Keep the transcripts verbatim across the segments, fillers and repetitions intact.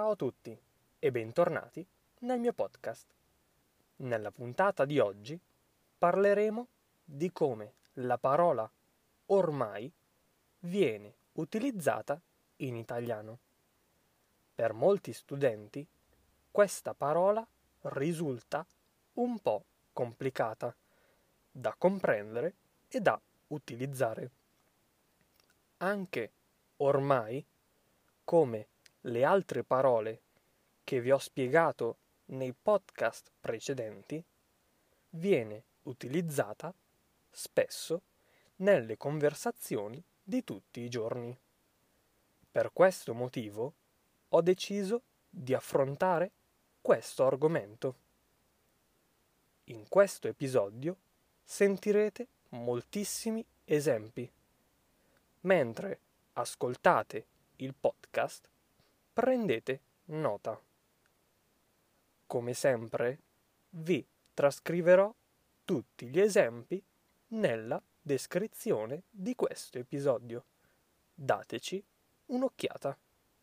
Ciao a tutti e bentornati nel mio podcast. Nella puntata di oggi parleremo di come la parola ormai viene utilizzata in italiano. Per molti studenti questa parola risulta un po' complicata da comprendere e da utilizzare. Anche ormai, come le altre parole che vi ho spiegato nei podcast precedenti, viene utilizzata spesso nelle conversazioni di tutti i giorni. Per questo motivo ho deciso di affrontare questo argomento. In questo episodio sentirete moltissimi esempi. Mentre ascoltate il podcast, prendete nota. Come sempre, vi trascriverò tutti gli esempi nella descrizione di questo episodio. Dateci un'occhiata.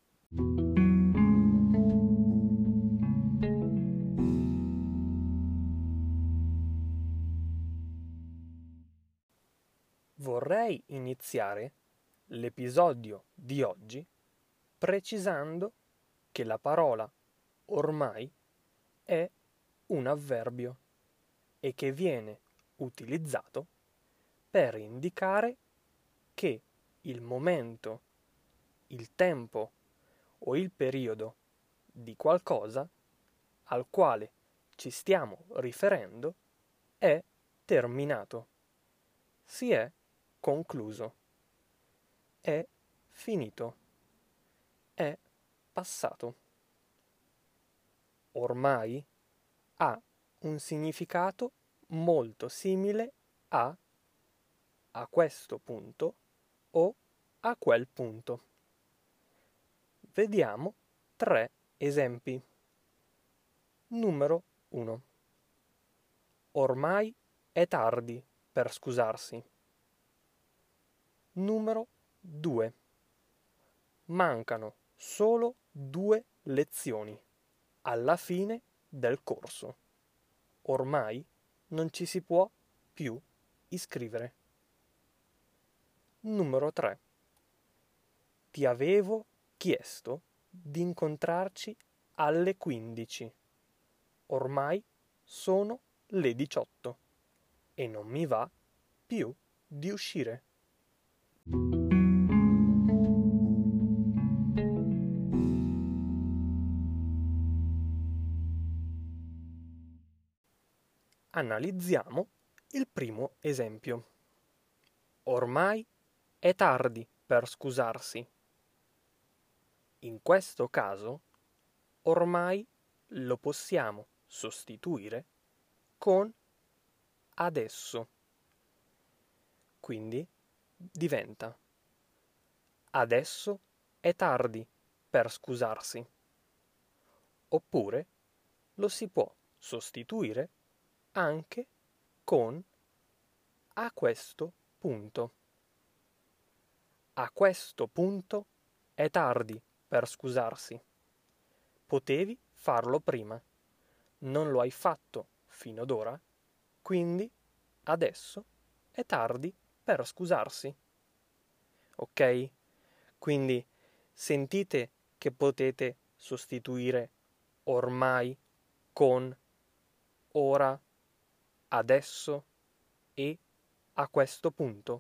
Vorrei iniziare l'episodio di oggi precisando che la parola ormai è un avverbio e che viene utilizzato per indicare che il momento, il tempo o il periodo di qualcosa al quale ci stiamo riferendo è terminato, si è concluso, è finito, è passato. Ormai ha un significato molto simile a a questo punto o a quel punto. Vediamo tre esempi. Numero uno. Ormai è tardi per scusarsi. Numero due. Mancano solo due lezioni alla fine del corso. Ormai non ci si può più iscrivere. Numero tre. Ti avevo chiesto di incontrarci alle quindici. Ormai sono le diciotto e non mi va più di uscire. Analizziamo il primo esempio. Ormai è tardi per scusarsi. In questo caso, ormai lo possiamo sostituire con adesso. Quindi diventa adesso è tardi per scusarsi. Oppure lo si può sostituire anche con a questo punto. A questo punto è tardi per scusarsi. Potevi farlo prima. Non lo hai fatto fino ad ora, quindi adesso è tardi per scusarsi. Ok? Quindi sentite che potete sostituire ormai con ora, adesso e a questo punto.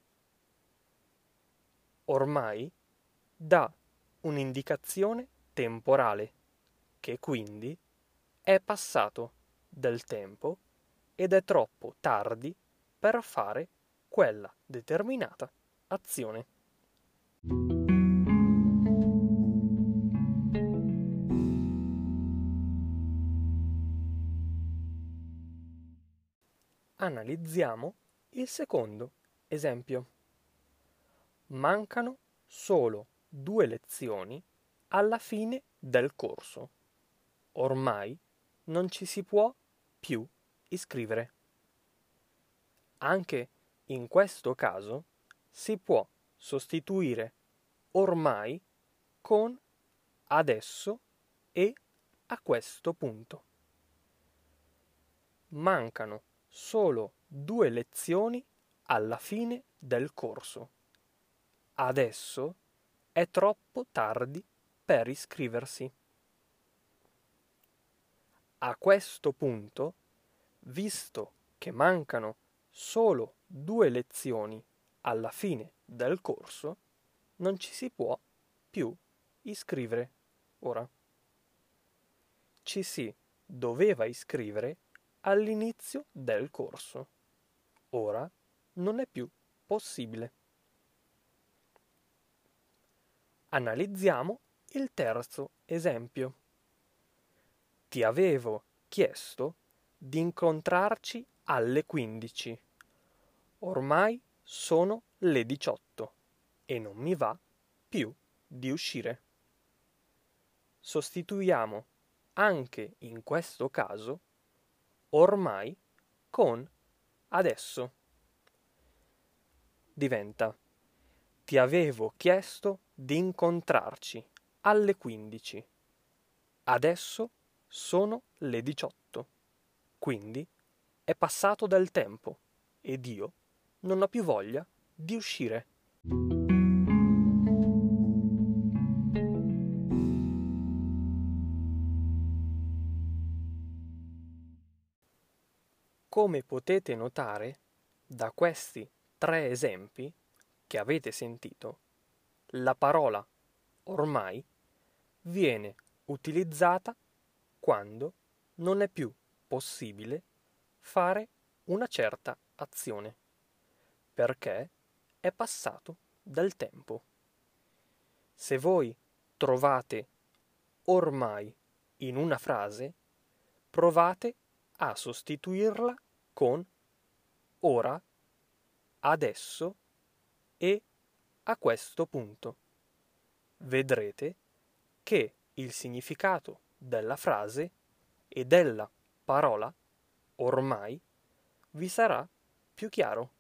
Ormai dà un'indicazione temporale, che quindi è passato del tempo ed è troppo tardi per fare quella determinata azione. Analizziamo il secondo esempio. Mancano solo due lezioni alla fine del corso. Ormai non ci si può più iscrivere. Anche in questo caso si può sostituire ormai con adesso e a questo punto. Mancano solo due lezioni alla fine del corso. Adesso è troppo tardi per iscriversi. A questo punto, visto che mancano solo due lezioni alla fine del corso, non ci si può più iscrivere ora. Ci si doveva iscrivere all'inizio del corso. Ora non è più possibile. Analizziamo il terzo esempio. Ti avevo chiesto di incontrarci alle quindici. Ormai sono le diciotto e non mi va più di uscire. Sostituiamo anche in questo caso ormai con adesso. Diventa: ti avevo chiesto di incontrarci alle quindici. Adesso sono le diciotto. Quindi è passato del tempo ed io non ho più voglia di uscire. Come potete notare da questi tre esempi che avete sentito, la parola ormai viene utilizzata quando non è più possibile fare una certa azione, perché è passato del tempo. Se voi trovate ormai in una frase, provate a sostituirla con ora, adesso e a questo punto. Vedrete che il significato della frase e della parola ormai vi sarà più chiaro.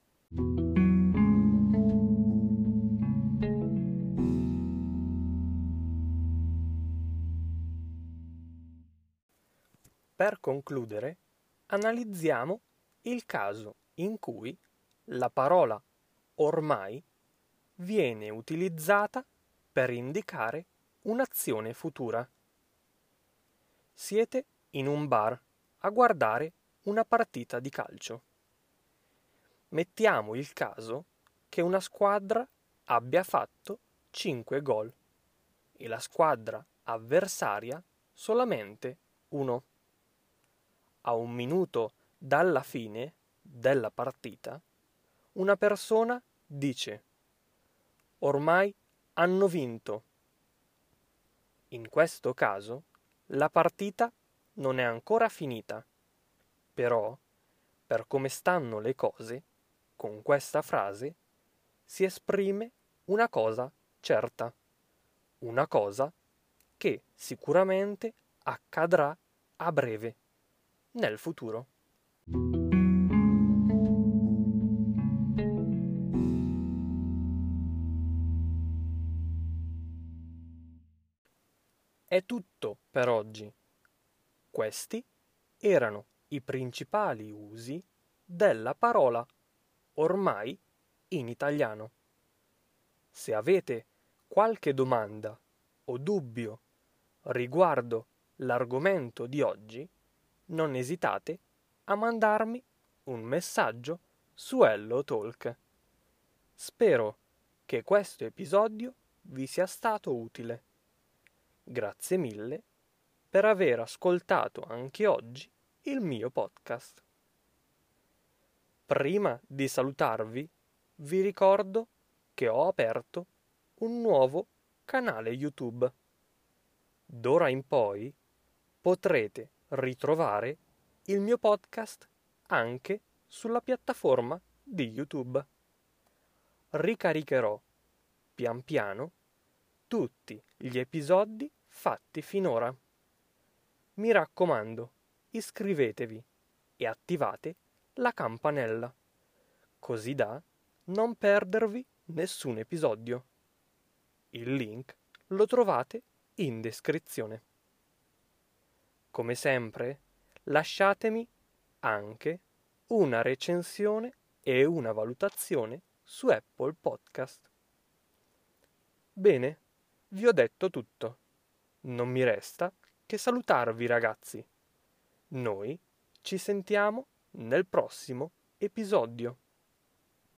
Per concludere, analizziamo il caso in cui la parola ormai viene utilizzata per indicare un'azione futura. Siete in un bar a guardare una partita di calcio. Mettiamo il caso che una squadra abbia fatto cinque gol e la squadra avversaria solamente uno. A un minuto dalla fine della partita, una persona dice: ormai hanno vinto. In questo caso, la partita non è ancora finita, però, per come stanno le cose, con questa frase si esprime una cosa certa, una cosa che sicuramente accadrà a breve, nel futuro. È tutto per oggi. Questi erano i principali usi della parola ormai in italiano. Se avete qualche domanda o dubbio riguardo l'argomento di oggi, non esitate a mandarmi un messaggio su HelloTalk. Spero che questo episodio vi sia stato utile. Grazie mille per aver ascoltato anche oggi il mio podcast. Prima di salutarvi, vi ricordo che ho aperto un nuovo canale YouTube. D'ora in poi potrete ritrovare il mio podcast anche sulla piattaforma di YouTube. Ricaricherò pian piano tutti gli episodi fatti finora. Mi raccomando, iscrivetevi e attivate la campanella, così da non perdervi nessun episodio. Il link lo trovate in descrizione. come sempre, lasciatemi anche una recensione e una valutazione su Apple Podcast. Bene, vi ho detto tutto. Non mi resta che salutarvi, ragazzi. Noi ci sentiamo nel prossimo episodio.